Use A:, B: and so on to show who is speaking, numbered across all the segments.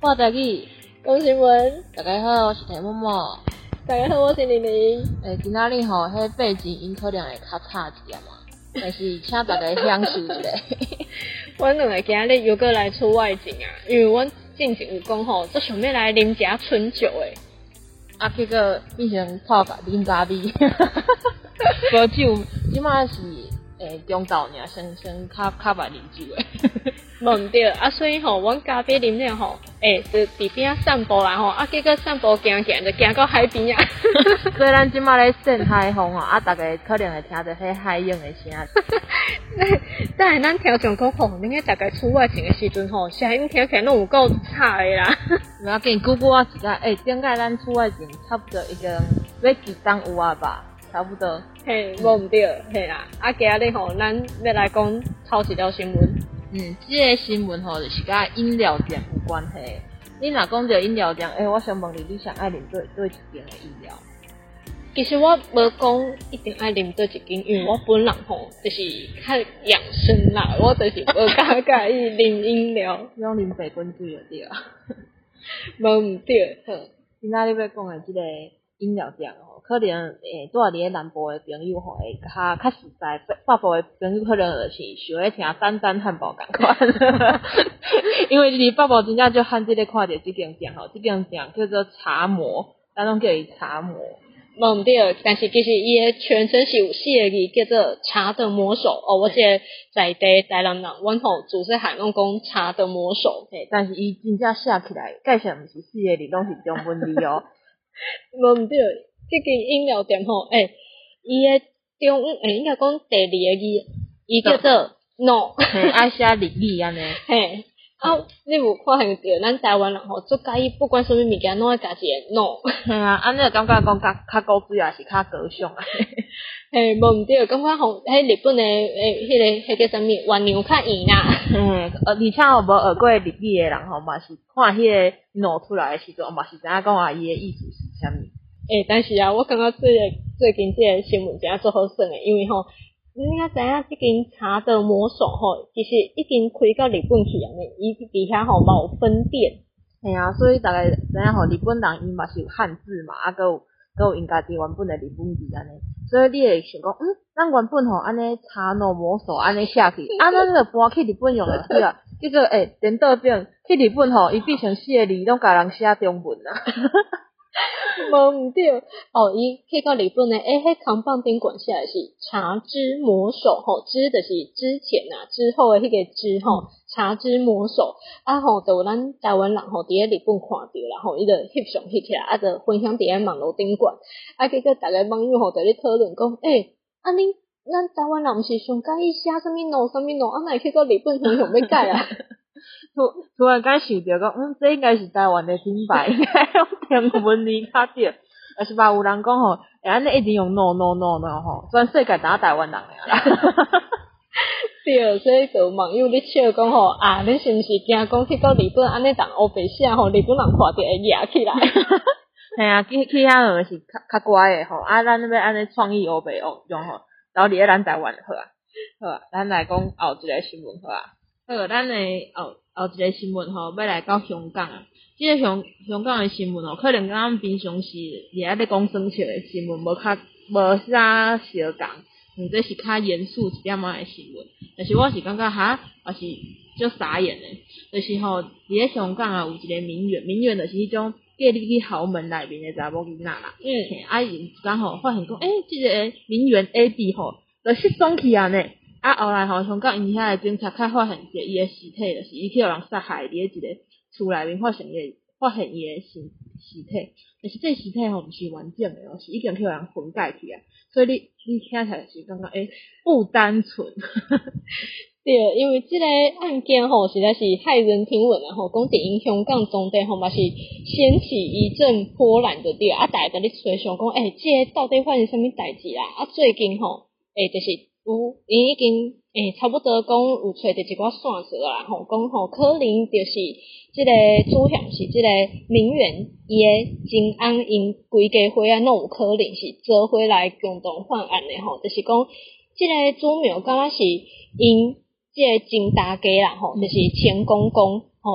A: 话台语，
B: 讲新闻。
A: 大家好，我是田默默。
B: 大家好，我是玲玲。
A: 今仔日吼，迄背景音可能会较差一点嘛，但是请大家享受一下。
B: 阮两个今日又过来出外景啊，因为阮进前有讲吼，都想要来啉一下春酒诶。
A: 结果变成泡啉咖啡。无酒，即马是中昼尔，算较捌啉酒诶。
B: 毋对所以吼，阮咖啡啉了吼，就伫边仔散步啦吼，结果散步行就行到海边啊。
A: 所以咱即马咧扇海风吼，大家可能会听到迄海涌诶声。
B: 等下咱听众讲吼，恁个大概出外景诶时阵吼，声音听起来拢有够差诶啦。
A: 唔要紧，姑姑我一下，顶个咱出外景差不多已经要几档有啊吧，差不多。
B: 嘿，无毋对，嘿啦。今日吼，咱要来讲头一条新闻。
A: 这个新闻吼就是甲饮料店有关系。你若讲到饮料店，我想问你上爱啉对一间的饮料？
B: 其实我无讲一定爱啉对一间，因为我本人吼就是较养生啦，我就是无介意啉饮料。
A: 用啉白滚水就对啊。
B: 无毋对，
A: 今仔日要讲的这个饮料店吼，可能住伫咧南部的朋友吼会较实在，北部的朋友可能就是想要听丹丹汉堡同款。因为离北部真正就罕即个看到这间店吼，这间店叫做茶魔，咱拢叫伊茶魔。
B: 无毋对，但是其实伊的全称是有4个字，叫做茶的魔手我是在地台南人，阮吼自细汉拢讲茶的魔手，
A: 但是伊真正写起来，介绍毋是4个字，拢是中文字哦。
B: 无毋对，这间饮料店吼，伊的中应该讲第2个字，伊叫做 no，
A: 爱写日语安尼。
B: 嘿。你有看现着咱台湾人吼，最介意不管什么物件，拢会加一个 no。
A: 嘿安尼就感觉讲较古锥也是较高尚啊。
B: 嘿，无毋对，感觉吼，日本的迄个啥物原娘较圆啦。
A: 而且无学过日语的人吼，嘛是看迄个 no 出来的时阵，嘛是知影讲伊的意思是啥物。
B: 但是我感觉最近这个新闻真正做好耍的，因为吼。你应知影这间茶的魔手吼，其实已经开到日本去安尼，伊底遐吼嘛有分店。
A: 嘿所以大家知影吼，日本人伊嘛是有汉字嘛，佮有因家己原本的日本字安尼，所以你会想讲，咱原本吼安尼茶的魔手安尼写去，咱就搬去日本用就对啊。结果颠倒变去日本吼，伊变成4个字拢甲人写中文啊。
B: 无毋对伊去到日本呢，迄扛棒顶管写的是茶之魔手之就是之前之后的迄个之茶之魔手就有咱台湾人伫咧日本看到啦伊就翕相翕起来就分享伫咧网络顶管结果大家网友在咧讨论讲恁咱台湾人毋是上介意写啥物喏啥物喏哪会去到日本分享要改啊？
A: 突然间想到讲，这应该是台湾的品牌，应该用中文字较对。而是吧，有人讲吼，安尼一定用 no 吼，全世界打台湾人的啦。
B: 对，所以就网友咧笑讲吼恁是毋是惊讲去到日本安尼当乌白写日本人看到会野起来？
A: 嘿去遐人是较乖的吼，咱要安尼创意乌白用吼，然后伫咧咱台湾好啊，咱来讲后一个新闻好啊。好，咱的后一个新闻吼，要来到香港啊。这个香港的新闻可能咱平常时伫咧讲生笑的新闻，无啥相共，这是较严肃一点仔的新闻。但是我是感觉也是足傻眼的，就是吼伫咧香港有一个名媛就是迄种嫁入去豪门内面的查某囡仔啦。伊刚好发现讲，这个名媛 AD 吼，就失踪去啊呢。后来香港因遐的警察才发现伊的尸体，就是伊去互人杀害伫咧一个厝内面发现伊的尸体，但是这尸体毋是完整的是已经去互人分解去啊，所以你听起来是感觉不单纯。
B: 对，因为这个案件实在是骇人听闻讲伫因香港当地嘛是掀起一阵波澜的对大家咧揣想讲这个到底发生什么代志啦最近就是有因已经差不多讲有找着一寡线索啦讲可能就是这个主嫌是这个名媛伊的前翁因规家伙拢有可能是做伙来共同犯案的就是讲这个主谋敢若是因这个前大家啦就是钱公公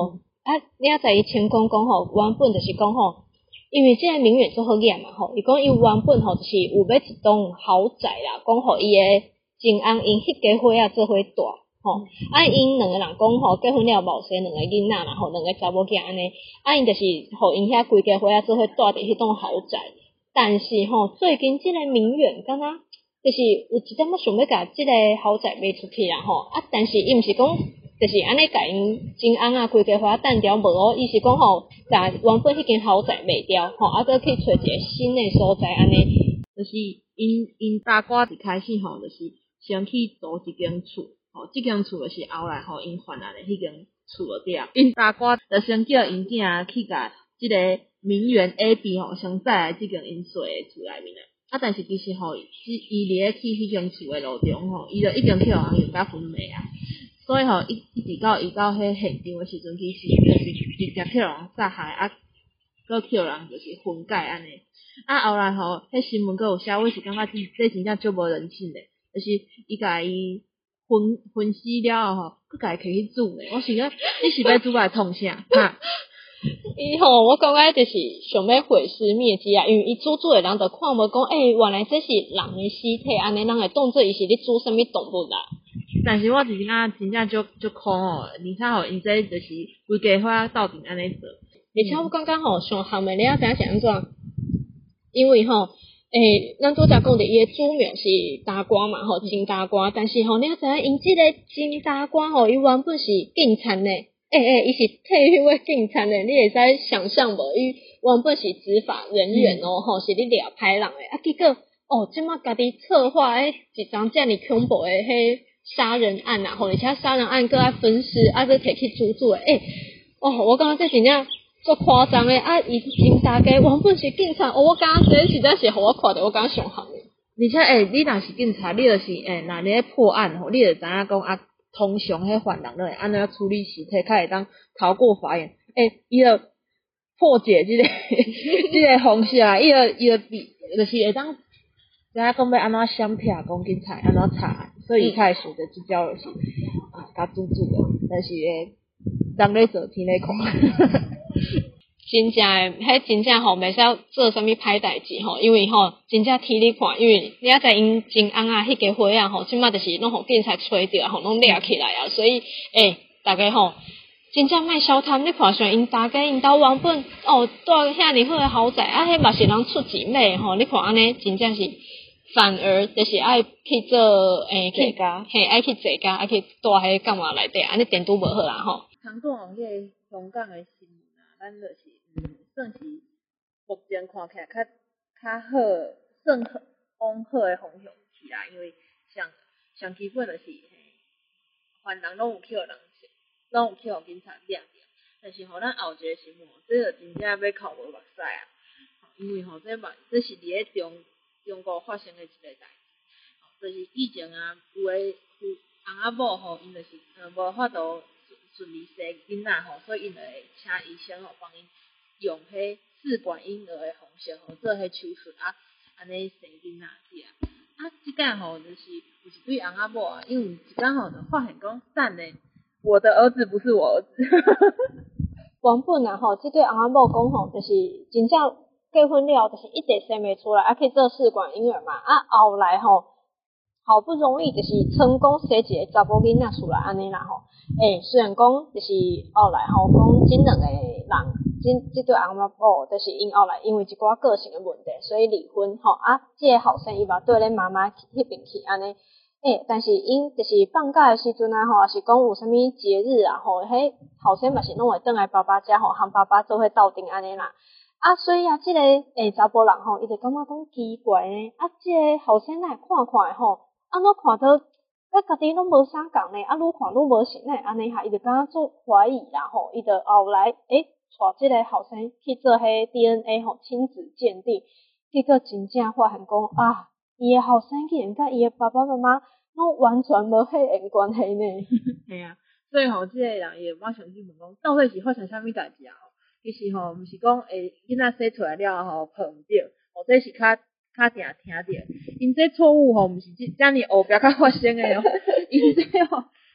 B: 你仔知伊成功讲吼，原本就是讲吼，因为即个名媛做好念嘛吼，伊讲伊原本吼就是有要一栋豪宅啦，讲吼伊诶前翁因迄家伙仔做伙大吼，因两个人讲吼结婚了无生两个囡仔啦吼，两个查某囝安尼，因就是互因遐规家伙仔做伙住伫迄栋豪宅，但是吼最近即个名媛敢若就是有一点仔想要甲即个豪宅卖出去啦吼，但是伊毋是讲。就是安尼甲因前翁啊，规家伙仔单调无哦，伊是讲吼，甲原本迄间豪宅卖掉，吼，搁去找一个新诶所在安尼。
A: 就是因大哥一开始吼，就是先去租一间厝，吼，即间厝就是后来吼因换来的迄间厝了对啊。因大哥就先叫因囝去甲即个名媛 A B 吼，先载来即间因住诶厝内面啊。但是其实吼，伊伫咧去迄间厝诶路中吼，伊就已经去互人用甲分卖啊。所以吼，一直到迄现场诶时阵，其实就是直接去人杀害搁去人就是分解安尼。后来吼，迄新闻搁有写，我是感觉这真正足无人性诶，就是伊甲伊分尸了吼，搁家己去煮诶。我想讲，你是要煮来创啥？哈！
B: 伊吼，我感觉就是想要毁尸灭迹啊，因为伊煮诶人就看无讲，原来这是人诶尸体，安尼人会当做伊是咧煮啥物动物啦。
A: 但是我就是感觉真正足苦吼，而且吼，因这就是规家伙斗阵安尼做。
B: 而且我感觉吼，上含诶，你知影是安怎？因为吼，咱拄则讲的伊诶主庙是大官嘛吼，金大官，但是吼，你知影因即个金大官吼，伊原本是警察呢，伊是退休诶警察呢，你会使想象无？伊原本是执法人员吼，是咧掠歹人诶，结果即马家己策划一桩遮尔恐怖诶杀人案啊，而且杀人案搁爱分尸，搁摕去煮诶，我感觉这真正足夸张诶，伊真大家原本是警察，我感觉这实在是互我看着，我感觉上行诶。
A: 而且你若是警察，你就是若你咧破案吼，你就知影讲通常迄犯人会安怎处理尸体，较会当逃过法眼。伊就破解即个方式啊，伊就就是会当。知影讲要安怎闪避讲警察安怎查，所以伊较会想着即招就是甲煮诶，但是人咧做天咧看。
B: 真正诶，迄真正吼袂使做啥物歹代志吼，因为吼真正天咧看，因为你仔知因前翁啊迄家伙仔吼，即马就是拢互警察找着吼，拢掠起来啊，所以大家吼真正莫小贪，你看像因大家因兜原本住遐尼好诶豪宅，迄嘛是人出钱买吼，你看安尼真正是。反而就是爱去做去家，爱去坐家，爱去住迄干嘛内底，安尼电拄无好啦吼。
A: 通讲迄个香港诶新闻啊，咱就是算是目前看起来较好，算往好诶方向去啦，因为上基本就是犯人拢有去互人，拢有去互警察抓着，但是咱后一个新闻，这个真正要靠无目屎啊，因为这是伫咧中国发生的一个代志，就是以前啊，有翁仔某吼，因就是无法度顺利生囡仔吼，所以因就会请医生吼帮因用迄试管婴儿的方式吼做迄手术安尼生囡仔去啊。即间吼就是有一对翁仔某啊，因为一间吼就发现讲，赞嘞，我的儿子不是我儿子。
B: 原本啊吼，即对翁仔某讲吼，就是真正。结婚了就是一直生袂出来，去做试管婴儿嘛。后来吼，好不容易就是成功生一个查某囡仔出来安尼啦吼。虽然讲就是后来吼讲即两个人，即对翁仔某就是因后来因为一寡个性的问题，所以离婚吼。即个后生伊嘛对咧妈妈迄边去安尼。但是因就是放假的时阵啊吼，也是讲有啥物节日啊吼，迄后生嘛是拢会倒来爸爸家吼，和爸爸做伙斗阵安尼啦。所以即个查甫人吼，伊就感觉讲奇怪呢。即个后生来看看吼，安怎看到家己拢无啥共呢？愈看愈无信呢，安尼哈，伊就感觉做怀疑啦吼。伊就后来带即个后生去做迄 DNA 吼亲子鉴定，结果真正发现讲伊个后生竟然甲伊个爸爸妈妈拢完全无血缘关系呢。
A: 系啊，所以吼，即个人伊马上去问讲，到底是发生啥物代志啊？其实吼，毋是讲囡仔生出来了吼抱毋着，这是较定听着。因这错误吼，毋是遮尔后壁较发生诶因这吼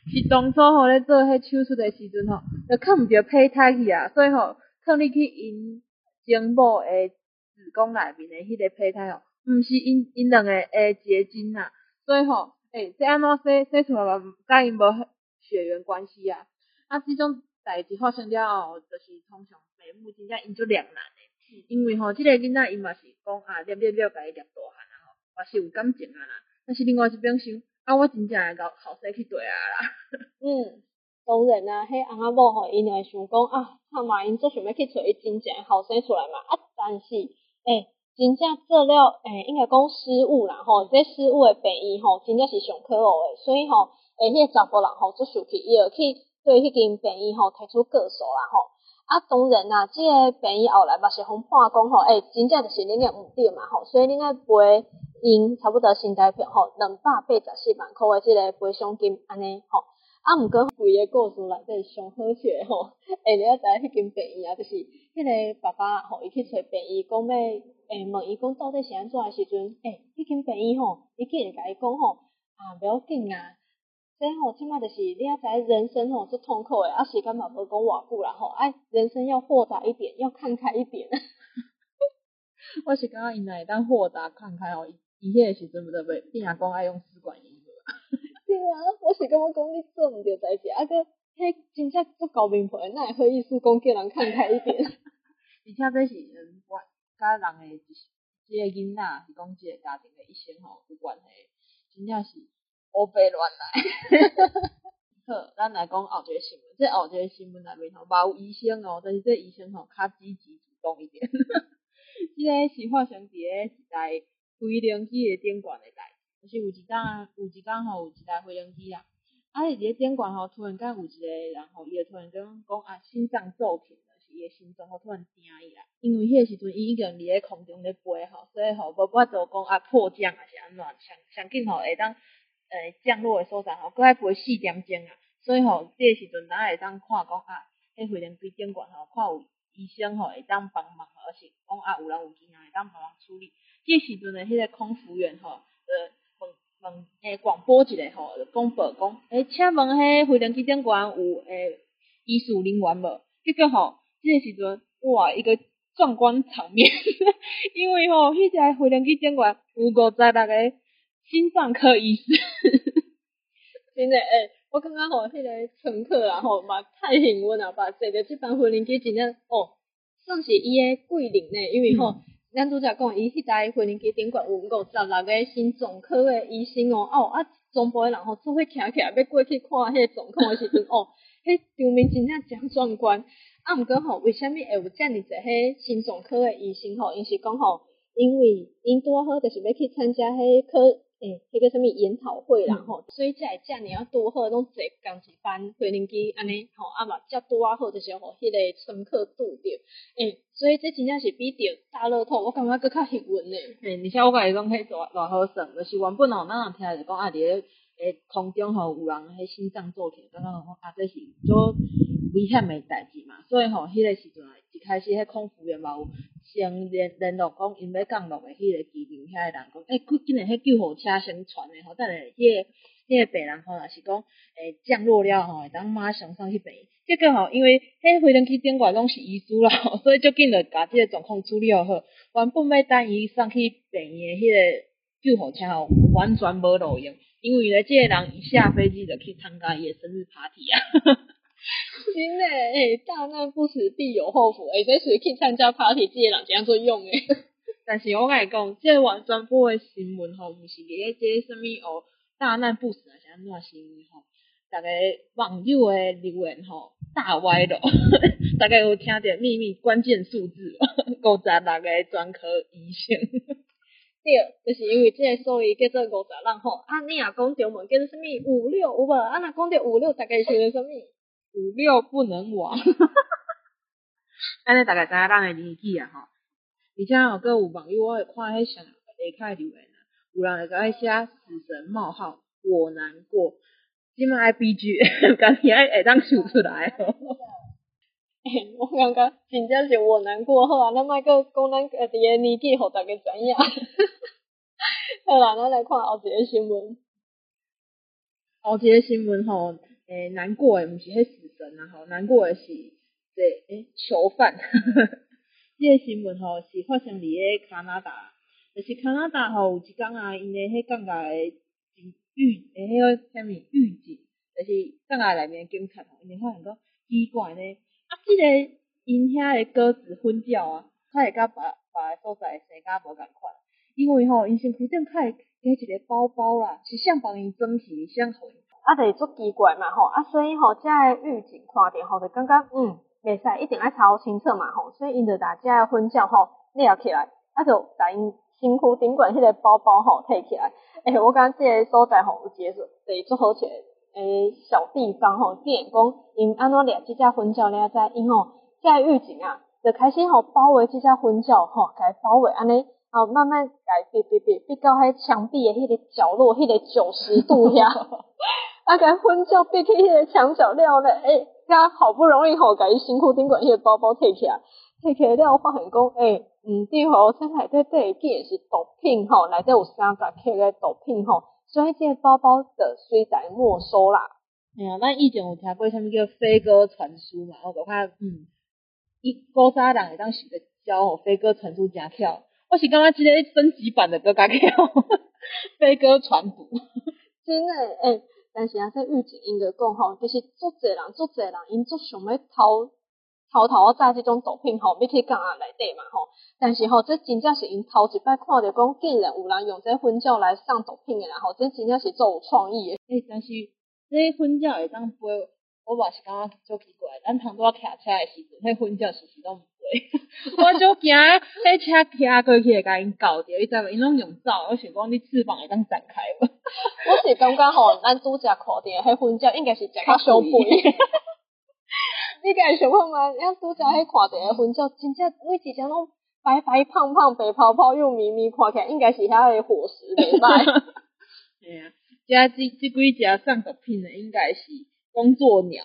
A: 是当初吼咧做迄手术的时阵吼，就看毋着胚胎去啊，所以吼看你去因前母的子宫内面的迄个胚胎吼，毋是因两个的结晶啊，所以吼，这安怎生出来嘛，甲因无血缘关系啊。啊，这种代志发生了后，就是通常父母真正因足两难的，因为吼，即个囡仔伊嘛是讲念甲伊念大汉啊吼，嘛是有感情啊啦，但是另外一边想，我真正会后生去对啊啦。
B: 当然啊，迄翁仔某吼，因会想讲看嘛，因做想要去找伊真正后生出来嘛，但是真正做了应该讲失误啦吼，这失误的病医吼，真正是上可恶的，所以吼，迄个查甫人吼做受气，伊就去对迄间病医吼提出告诉啦吼。当然啦，即个病医后来嘛是互判讲吼，真正就是恁个毋对嘛吼，所以恁个赔因差不多新台币吼284万块的即个赔偿金安尼吼。毋过规个故事内底上好笑诶吼，你知迄间病医就是迄个爸爸吼，伊去找病医讲要问伊讲到底是安怎诶时阵，迄间病医吼，伊竟然甲伊讲吼，不要紧啊，这吼即摆就是你知人生吼是痛苦诶，时间嘛无讲偌久啦吼，人生要豁达一点，要看开一点。
A: 我是感觉因若会当豁达看开吼，伊迄个时阵就袂变啊讲爱用试管婴儿。
B: 对啊，我是感觉讲你做毋着代志，个迄真正足高明皮，哪会好意思讲叫人看开一点？
A: 而且这是我甲人诶，即个囡仔是讲即个家庭诶一生吼有关系，真正是乌白乱来。好，咱来讲后一个新闻，这后一个新闻内面吼，嘛有医生哦，但是这医生吼较积极主动一点。即个是发生伫咧一台飞行机诶顶悬诶代志，就是有一天吼有一台飞行机啊，伫咧顶悬吼突然间有一个人吼，伊就突然间讲心脏骤停，就是伊诶心脏吼突然停伊啦，因为迄个时阵伊已经伫咧空中咧飞吼，所以吼无法度讲迫降还是安怎，上紧吼会当降落诶所在吼，搁爱飞4点钟啊，所以吼这个时阵咱会当看讲迄飞行机顶悬吼看有医生吼会当帮忙，而是讲有人有经验会当帮忙处理。这时阵诶，迄个空服员吼，问广播一下吼，广播讲，请问迄飞行机顶悬有医事人员无？结果吼，这个时阵哇，一个壮观场面，因为吼，迄台飞行机顶悬有56个心脏科医师。
B: 真诶，我感觉吼，迄个乘客啊吼嘛太幸运了吧，坐着即班飞行机真正算是伊诶贵人呢，因为吼，咱拄则讲伊迄台飞行机顶悬有56个心脏科诶医生全部诶人吼做伙徛起来要过去看迄个状况诶时阵迄场面真正真壮观。毋过吼，为虾米会有遮尔济迄心脏科诶医生吼？因是讲吼，因为因拄好就是要去参加迄科。迄个什么研讨会啦吼，所以才会遮尔拄好，拢坐同一班飞行机安尼吼，嘛才拄好，就是互迄个乘客拄着。所以这真正是比着大乐透，我感觉佫较幸运呢。
A: 而且我甲伊讲，迄偌好算，就是原本咱若听着讲伫咧空中吼有人迄心脏骤停，感觉讲这是足危险诶代志嘛，所以吼迄个时阵一开始迄空服员嘛有先联络讲因要降落诶迄个机场遐诶人讲，竟然迄救护车先传诶吼，等下迄个病人吼若是讲降落了吼，会当马上送去病院。结果吼，因为迄飞行机顶悬拢是医师啦，所以足紧就甲即个状况处理好。原本要等伊送去病院诶迄个救护车吼，完全无路用，因为咧即个人一下飞机就去参加伊诶生日 party 啊。
B: 真诶，大难不死必有后福。这属于去参加 party 这个人怎样做用诶？
A: 但是我甲你讲，这完全播诶新闻吼，毋是伫即个什么大难不死还是安怎新闻吼，逐个网友诶留言吼大歪咯，大概有听到秘密关键数字56个专科医生。
B: 对，就是因为这个所以叫做50人吼。你若讲中文叫做什么56有无？若讲着56，大概是什么
A: ？56不能亡。安尼大概知影咱诶年纪啊吼。而且佫有网友我会看迄上下骹留言啊，有人会甲伊写死神冒号我难过，即摆 IBG 家己会当秀出来哦。
B: 我感觉真正是我难过好啊，咱莫佫讲咱家己诶年纪，互大家知影。好啦，咱来看后一个新闻。
A: 后一个新闻吼， 难过诶，毋是迄死神啊吼，难过诶是囚犯。即个新闻吼是发生伫咧加拿大，就是加拿大吼有一工啊，因诶迄降价诶迄个啥物狱警，就是降价内面警察吼，因为发现讲奇怪呢，即个因遐诶鸽子薰鸟啊，较会甲别个所在生甲无共款，因为吼因身躯顶较会加一个包包啦，是想帮伊装起，想互伊。
B: 就是足奇怪嘛吼，所以吼，遮个狱警看着吼，就感觉袂使，一定爱查清楚嘛吼，所以因就把遮个薰鸟吼抓起来，就把因身躯顶管迄个包包吼摕起来。我感觉这个所在吼有一个是足好笑小地方吼，竟然讲因安怎抓即只薰鸟了在因吼，遮个狱警啊，就开始吼包围即只薰鸟吼，甲伊包围安尼。慢慢改逼到迄墙壁的迄个角落，迄个90度遐，甲薰鸟逼去迄个墙角了咧，甲好不容易吼，甲伊身躯顶管迄个包包摕起来了，发现讲对吼，这内底竟然是毒品吼，内底有30克的毒品吼，所以这个包包的虽然没收啦。
A: 咱以前有听过啥物叫飞鸽传书嘛，我就看古早人会当想着教吼飞鸽传书真巧。我是感觉即个升级版的更加巧，飞鸽传书。
B: 真诶，但是这狱警因就讲吼，其实足侪人，因足想要偷炸即种毒品吼，要去港内底嘛吼。但是吼，这真正是因头一摆看到讲，竟然有人用这薰鸟来上毒品诶啦吼，这真正是足有创意诶。
A: 但是这薰鸟会当飞，我嘛是感觉足奇怪。咱通拄仔骑车诶时阵，迄薰鸟是拢毋飞，我就惊迄车骑过去会甲因咬着，伊知无？因拢用走，我想讲你翅膀会当展开无？
B: 我是感觉吼，咱拄则看到迄薰鸟应该是食较伤肥。你敢会想看吗？咱拄则迄看到诶薰鸟，真正每一只拢白白胖胖、白泡泡又咪咪，看起来应该是遐个伙食袂歹。
A: 嘿啊，这几只上毒品的应该是工作鸟。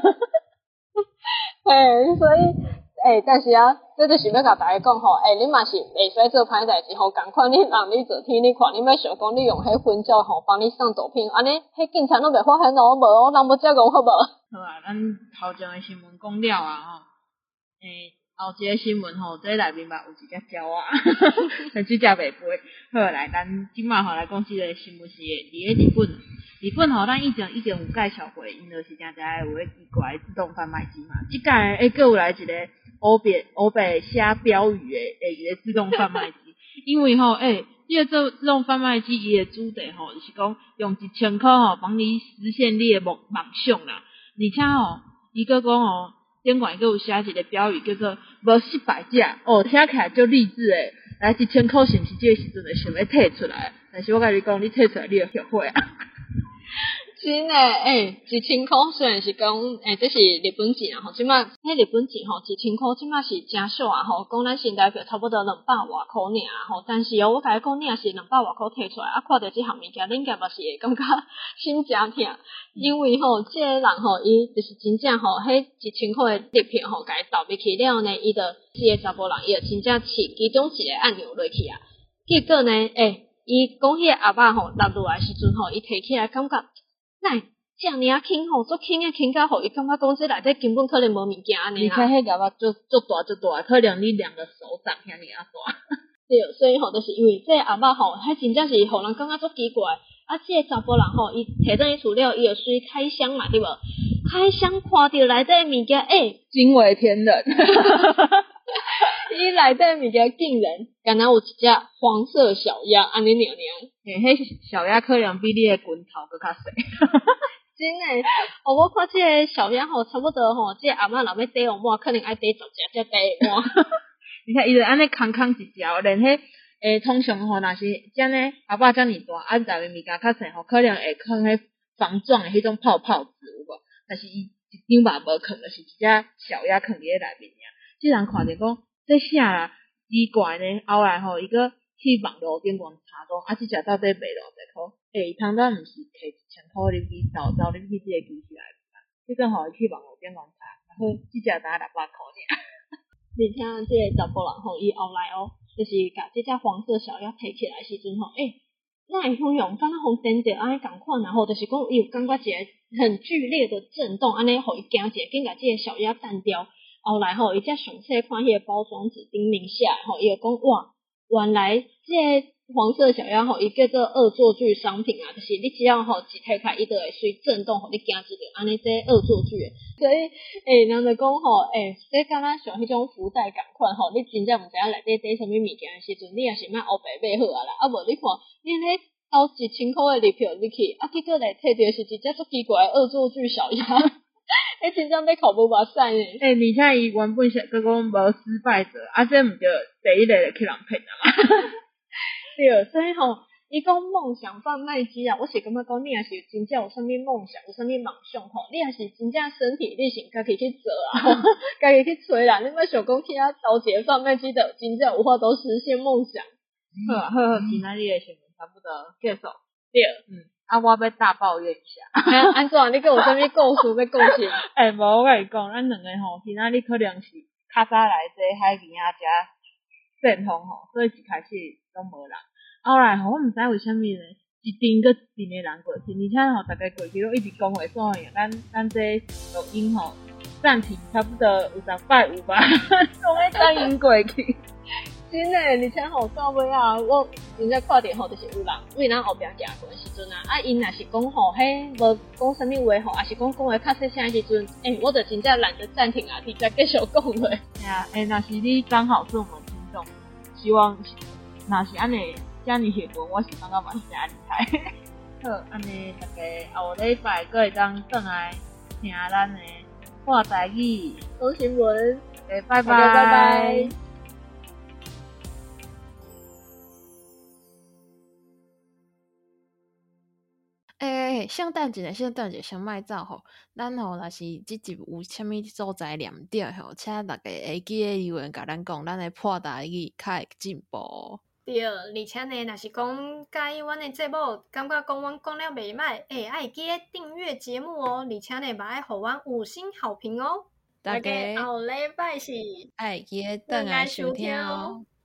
B: 所以但是这就是要甲大家讲吼，你嘛是袂使做歹代志吼，共款你人你做天你看，你要想讲你用迄薰鸟吼帮你送毒品，安尼迄警察拢袂发现哦，无哦，人要遮讲好无？
A: 好啊，咱头前的新闻讲了啊吼，后一个新闻吼，这内面嘛有一只鸟啊，但即只袂飞。好来，咱今嘛吼来讲即个新闻是伫咧日本。日本吼，咱以前有介绍过，因就是诚有迄奇怪的自动贩卖机嘛。即届佫有来一个欧北写标语的一个自动贩卖机，因为吼这个自动贩卖机伊的主题吼，就是讲用1000块吼帮你实现你的梦想啦。而且吼，伊佫讲吼，顶管佫有写一个标语叫做无失败者哦，听起来就励志诶。来1000块是毋是这个时阵就想要摕出来？但是我甲你讲，你摕出来你就后悔啊！
B: 真诶，1000块虽然是讲这是日本钱啊吼，即摆迄日本钱吼1000块即摆是真少啊吼，讲咱新台币差不多200外块尔啊吼，但是我甲你讲，你若是200外块摕出来，看到即项物件，你应该嘛是会感觉心真痛，因为吼，这个人吼，伊就是真正吼，迄1000块的粒片吼，甲伊倒入去了呢，伊就这个查甫人，伊就真正试其中一个按钮落去啊，结果呢，伊讲迄个阿爸吼落落来时阵吼，伊摕起来感觉。哪这尔轻吼，足轻轻甲互伊感觉讲这内底根本可能无物件安尼啦。
A: 而且迄个啊，足大，可能你2个手掌遐尔啊大。
B: 对，所以吼，就是因为这阿嬷吼，迄真正是互人感觉足奇怪。这个查甫人吼，伊摕倒去厝了，伊就随开箱嘛，对无？开箱看到内底物件，
A: 惊为天人。
B: 伊内底物件竟然敢若有一只黄色小鸭，安尼尔。
A: 迄小鸭可能比你的拳头搁较细。
B: 真诶，我看这个小鸭吼，差不多吼，这阿嬷若要底红碗，可能爱底10只才底碗。
A: 你看，伊就安尼空一只，连迄通常吼，若是遮呢阿爸遮尔大，内面物件较细吼，可能会放迄防撞诶迄种泡泡纸有无？但是伊一张嘛无放，就是一只小鸭放伫咧内面尔。即人看着讲，这啥啦？奇怪呢，后来吼，伊个去网络顶讲查讲，即只到底卖偌济箍？伊通常毋是摕1000箍入去走入去即个机器内面嘛？即阵吼去网络顶讲查，然后即只才600箍尔。
B: 你听这个查甫人吼，伊后来就是甲这只黄色小鸭摕起来时阵吼， 咱会形容敢若互电着安尼共款，然后就是讲伊有感觉一个很剧烈的震动，安尼互伊惊一下，紧甲即个小鸭弹掉。后来伊才详细看迄个包装纸顶面写伊就讲哇，原来即个黄色小鸭伊叫做恶作剧商品啊，就是你只要一摕开，伊就会随震动互你惊一着，安尼这恶作剧的。所以人就讲这敢若像迄种福袋共款你真正毋知影内底缀啥物物件的时阵，你也是莫黑白买好啊啦，啊无你看你咧投1000块的入票入去，结果来摕着是一只足奇怪的恶作剧小鸭。真正要哭无目屎呢。
A: 而且伊原本是佮讲无失败者，这毋着第一个就去人骗啊嘛。
B: 对，所以伊讲梦想贩卖机啊，我是感觉讲你也是真正有啥物梦想，有啥物梦想你也是真正身体力行家己去做啊，家己去找啦。你莫想讲去投一个贩卖机就真正有法度实现梦想。
A: 好，今仔日的新闻差不多结束。
B: 对，
A: 我要大抱怨一下。
B: 安怎？你跟有啥物故事要讲是？
A: 无我甲你讲，咱两个今仔日可能是较早来这海边遮阵风所以一开始都无人。后来我毋知为虾米呢，一阵个一阵的人过去，而且大家过去都一直讲话说咱这录音暂停差不多有10摆有吧，总要等因过去。
B: 真诶，而且到尾我真正看到就是有人为咱后壁行过的时阵因若是讲迄无讲啥物话也是讲话较细声的时阵，我就真正懒得暂停直接继续讲话。
A: 若是你刚好是我们听众，希望若是安尼遮尼热门，我是感觉嘛是真厉害。好，安尼大家后礼拜阁会当转来听咱的话台语
B: 讲新闻。
A: 拜拜，
B: 拜拜。
C: 先等一下，先莫走咱若是即集有啥物所在念着请大家会记得留言甲咱讲，咱的破台语较会进步。
D: 对，而且呢，若是讲介意阮的节目，感觉讲阮讲了袂歹，爱记得订阅节目而且呢，嘛爱互阮5星好评大家后礼拜是
C: 爱记得转来收听